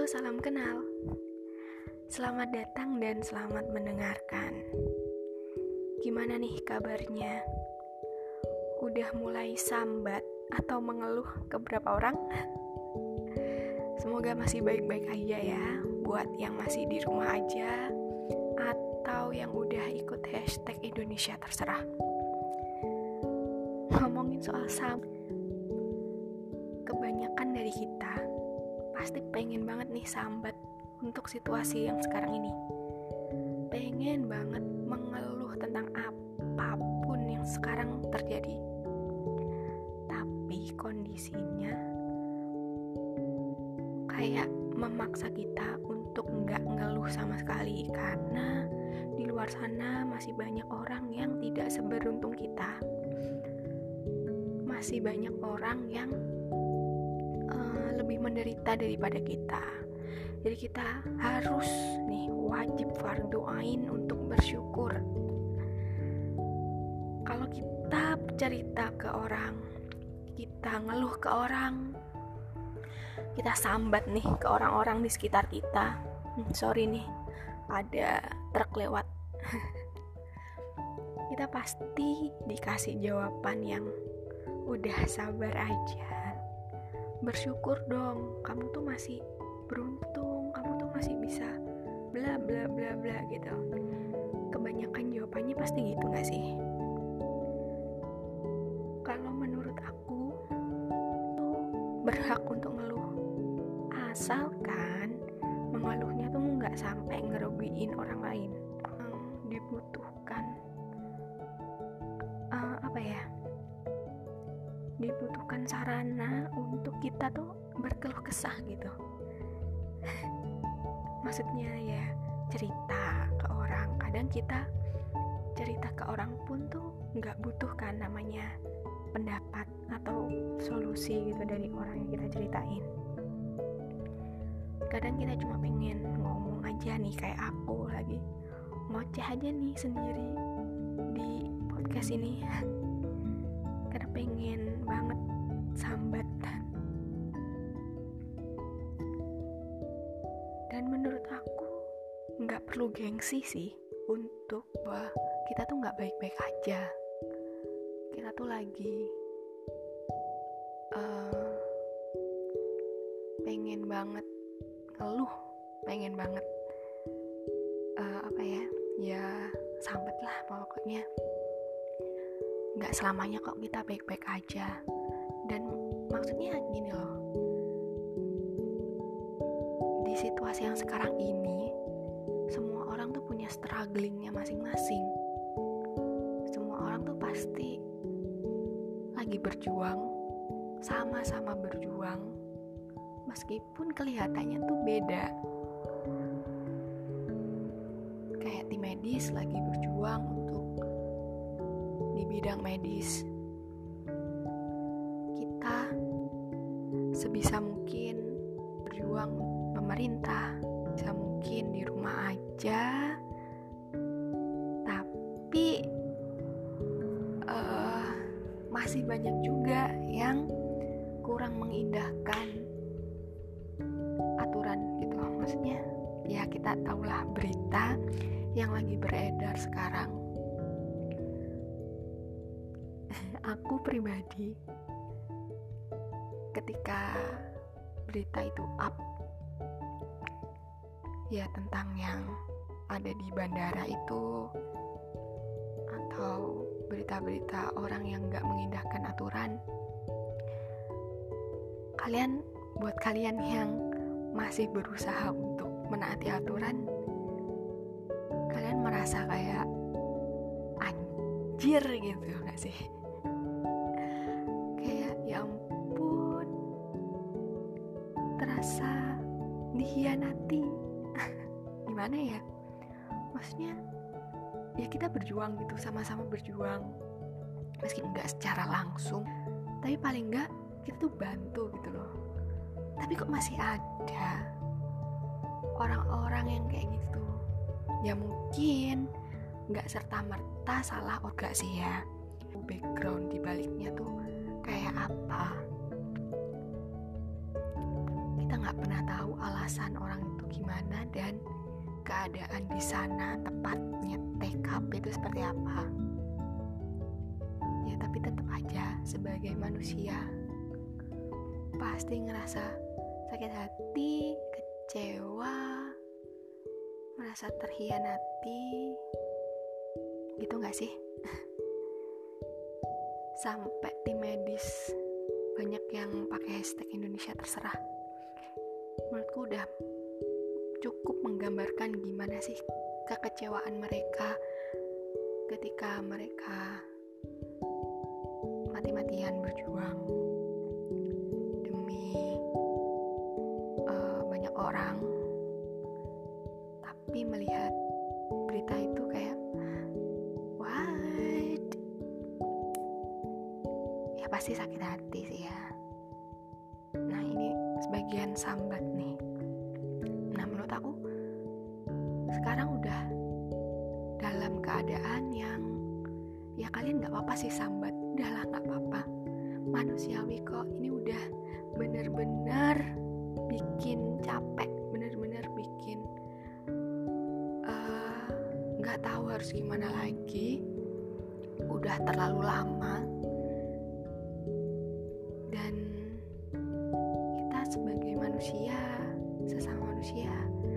salam kenal. Selamat datang dan selamat mendengarkan. Gimana nih kabarnya? Udah mulai sambat atau mengeluh ke beberapa orang? Semoga masih baik-baik aja ya. Buat yang masih di rumah aja atau yang udah ikut hashtag Indonesia terserah. Ngomongin soal kebanyakan dari kita pasti pengen banget nih sambat untuk situasi yang sekarang ini. Pengen banget mengeluh tentang apapun yang sekarang terjadi. Tapi kondisinya kayak memaksa kita untuk nggak ngeluh sama sekali, karena di luar sana masih banyak orang yang tidak seberuntung kita. Masih banyak orang yang lebih menderita daripada kita. Jadi kita harus nih wajib fardu ain untuk bersyukur. Kalau kita cerita ke orang, kita ngeluh ke orang, kita sambat nih ke orang-orang di sekitar kita. Sorry nih, ada truk lewat. Kita pasti dikasih jawaban yang udah sabar aja. Bersyukur dong, kamu tuh masih beruntung, kamu tuh masih bisa bla bla bla bla gitu. Kebanyakan jawabannya pasti gitu gak sih? Kalau menurut aku tuh berhak untuk ngeluh, asalkan mengeluhnya tuh gak sampai ngerugiin orang lain. Dibutuhkan dibutuhkan sarana untuk kita tuh berkeluh kesah gitu. Maksudnya ya cerita ke orang. Kadang kita cerita ke orang pun tuh gak butuh kan namanya pendapat atau solusi gitu dari orang yang kita ceritain. Kadang kita cuma pengen ngomong aja nih, kayak aku lagi ngoceh aja nih sendiri di podcast ini. Karena pengen banget sambat. Dan menurut aku gak perlu gengsi sih untuk bahwa kita tuh gak baik-baik aja. Kita tuh lagi pengen banget ngeluh, pengen banget ya sambat lah pokoknya. Gak selamanya kok kita baik-baik aja. Dan maksudnya gini loh, di situasi yang sekarang ini semua orang tuh punya strugglingnya masing-masing. Semua orang tuh pasti lagi berjuang, sama-sama berjuang, meskipun kelihatannya tuh beda. Kayak tim medis lagi berjuang untuk di bidang medis. Kita sebisa mungkin berjuang pemerintah, sebisa mungkin di rumah aja. Tapi masih banyak juga yang kurang mengindahkan aturan gitu. Maksudnya ya kita tahulah berita yang lagi beredar sekarang. Aku pribadi ketika berita itu up ya tentang yang ada di bandara itu, atau berita-berita orang yang gak mengindahkan aturan, buat kalian yang masih berusaha untuk menaati aturan, kalian merasa kayak anjir gitu gak sih? Kayak ya ampun, terasa dikhianati. Gimana ya? Maksudnya ya kita berjuang gitu, sama-sama berjuang, meski gak secara langsung, tapi paling gak kita tuh bantu gitu loh. Tapi kok masih ada orang-orang yang kayak gitu. Ya mungkin gak serta-merta salah orga sih ya, background dibaliknya tuh kayak apa. nggak pernah tahu alasan orang itu gimana dan keadaan di sana, tepatnya TKP itu seperti apa. Ya tapi tetap aja sebagai manusia pasti ngerasa sakit hati, kecewa, merasa terhianati, gitu gak sih? Sampai tim medis banyak yang pakai hashtag Indonesia terserah. Menurutku udah cukup menggambarkan gimana sih kekecewaan mereka ketika mereka mati-matian berjuang demi banyak orang, tapi melihat berita itu kayak what? Ya pasti sakit hati sih ya. Nah ini sebagian sambat nih. Nah menurut aku sekarang udah dalam keadaan yang ya kalian gak apa-apa sih sambat, udahlah gak apa-apa, manusiawi kok. Ini udah bener-bener bikin capek, bener-bener bikin gak tahu harus gimana lagi. Udah terlalu lama dan kita sebagai manusia, sesama manusia,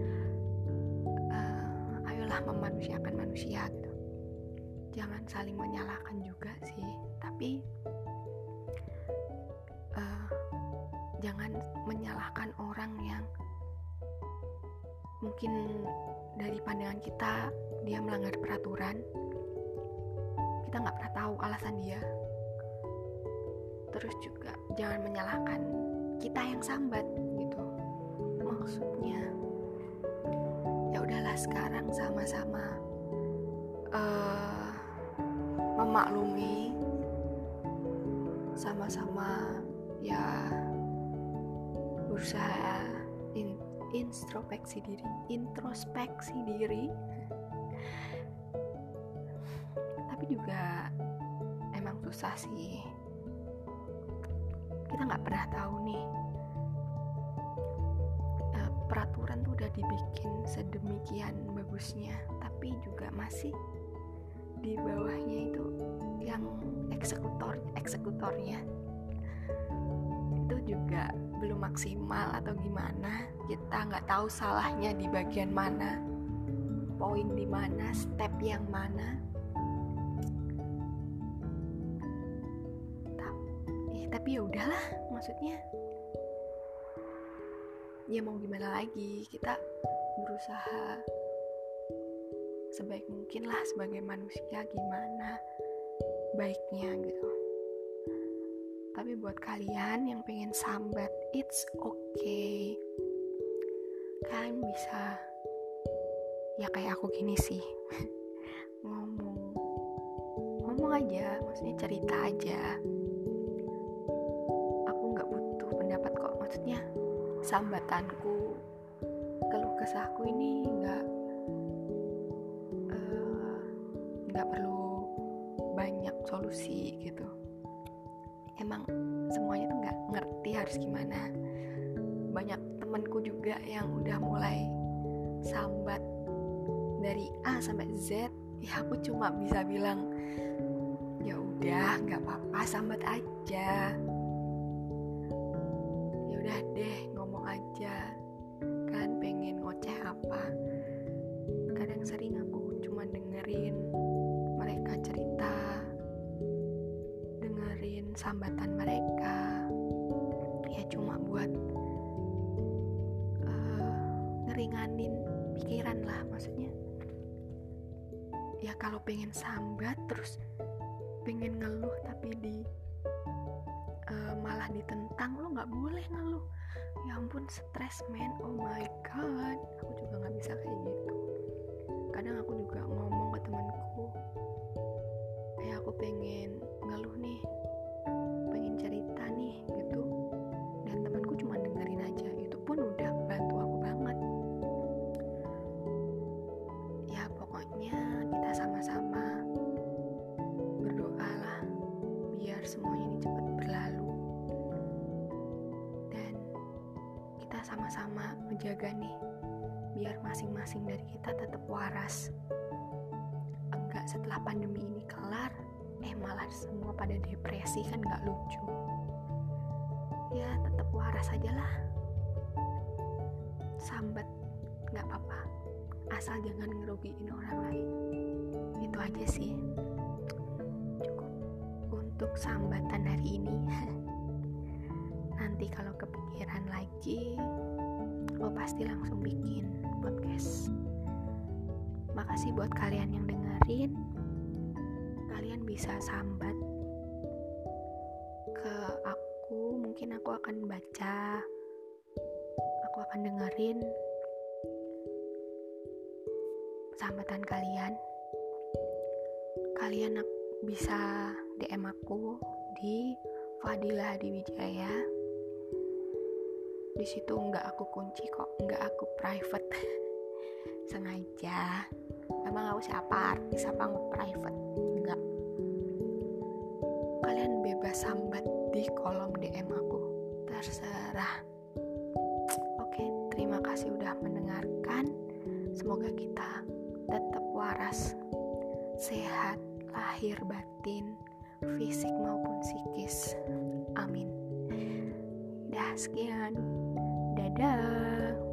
ayolah memanusiakan manusia gitu. Jangan saling menyalahkan juga sih, tapi jangan menyalahkan orang yang mungkin dari pandangan kita dia melanggar peraturan. Kita nggak pernah tahu alasan dia. Terus juga jangan menyalahkan kita yang sambat gitu. Maksudnya ya udahlah, sekarang sama-sama memaklumi, sama-sama ya berusaha introspeksi diri. Tapi juga emang susah sih, kita nggak pernah tahu nih, peraturan tuh udah dibikin sedemikian bagusnya, tapi juga masih di bawahnya itu yang eksekutornya itu juga belum maksimal atau gimana. Kita nggak tahu salahnya di bagian mana, poin di mana, step yang mana. Tapi ya udahlah, maksudnya ya mau gimana lagi, kita berusaha sebaik mungkin lah sebagai manusia, gimana baiknya gitu. Tapi buat kalian yang pengen sambat, it's okay, kalian bisa ya kayak aku gini sih ngomong aja, maksudnya cerita aja. Aku gak butuh pendapat kok, maksudnya sambatanku, keluh kesahku ini nggak perlu banyak solusi gitu. Emang semuanya tuh nggak ngerti harus gimana. Banyak temanku juga yang udah mulai sambat dari A sampai Z. Ya aku cuma bisa bilang ya udah nggak apa-apa, sambat aja. Ya udah deh, ngomong aja. Kan pengen ngoceh apa? Kadang sering aku cuma dengerin mereka cerita, dengerin sambatan mereka, ya cuma buat ngeringanin pikiran lah. Maksudnya ya kalau pengen sambat terus pengen ngeluh tapi malah ditentang, lo nggak boleh ngeluh. Ya ampun, stres men, oh my god, aku juga nggak bisa kayak gitu. Kadang aku juga ngomong ke temanku, aku pengen ngeluh nih, pengen cerita nih gitu, dan temanku cuma dengerin aja, itu pun udah bantu aku banget. Ya pokoknya kita sama-sama berdoa lah biar semuanya ini cepat berlalu dan kita sama sama-sama menjaga nih, biar masing-masing dari kita tetap waras. Enggak setelah pandemi ini kelar, malah semua pada depresi, kan gak lucu. Ya tetap waras aja lah. Sambat gak apa-apa, asal jangan ngerugiin orang lain. Itu aja sih, cukup untuk sambatan hari ini. Nanti kalau kepikiran lagi, pasti langsung bikin podcast. Makasih buat kalian yang dengerin. Kalian bisa sambat ke aku, mungkin aku akan baca, aku akan dengerin sambatan kalian. Kalian bisa DM aku di Fadila Hadiwijaya. Di situ nggak aku kunci kok, nggak aku private. Sengaja. Emang aku siapa? Artis apa nge-private? Enggak. Kalian bebas sambat di kolom DM aku. Terserah. Oke, terima kasih udah mendengarkan. Semoga kita tetap waras, sehat, lahir batin, fisik maupun psikis. Amin. Dah, sekian. Dadah.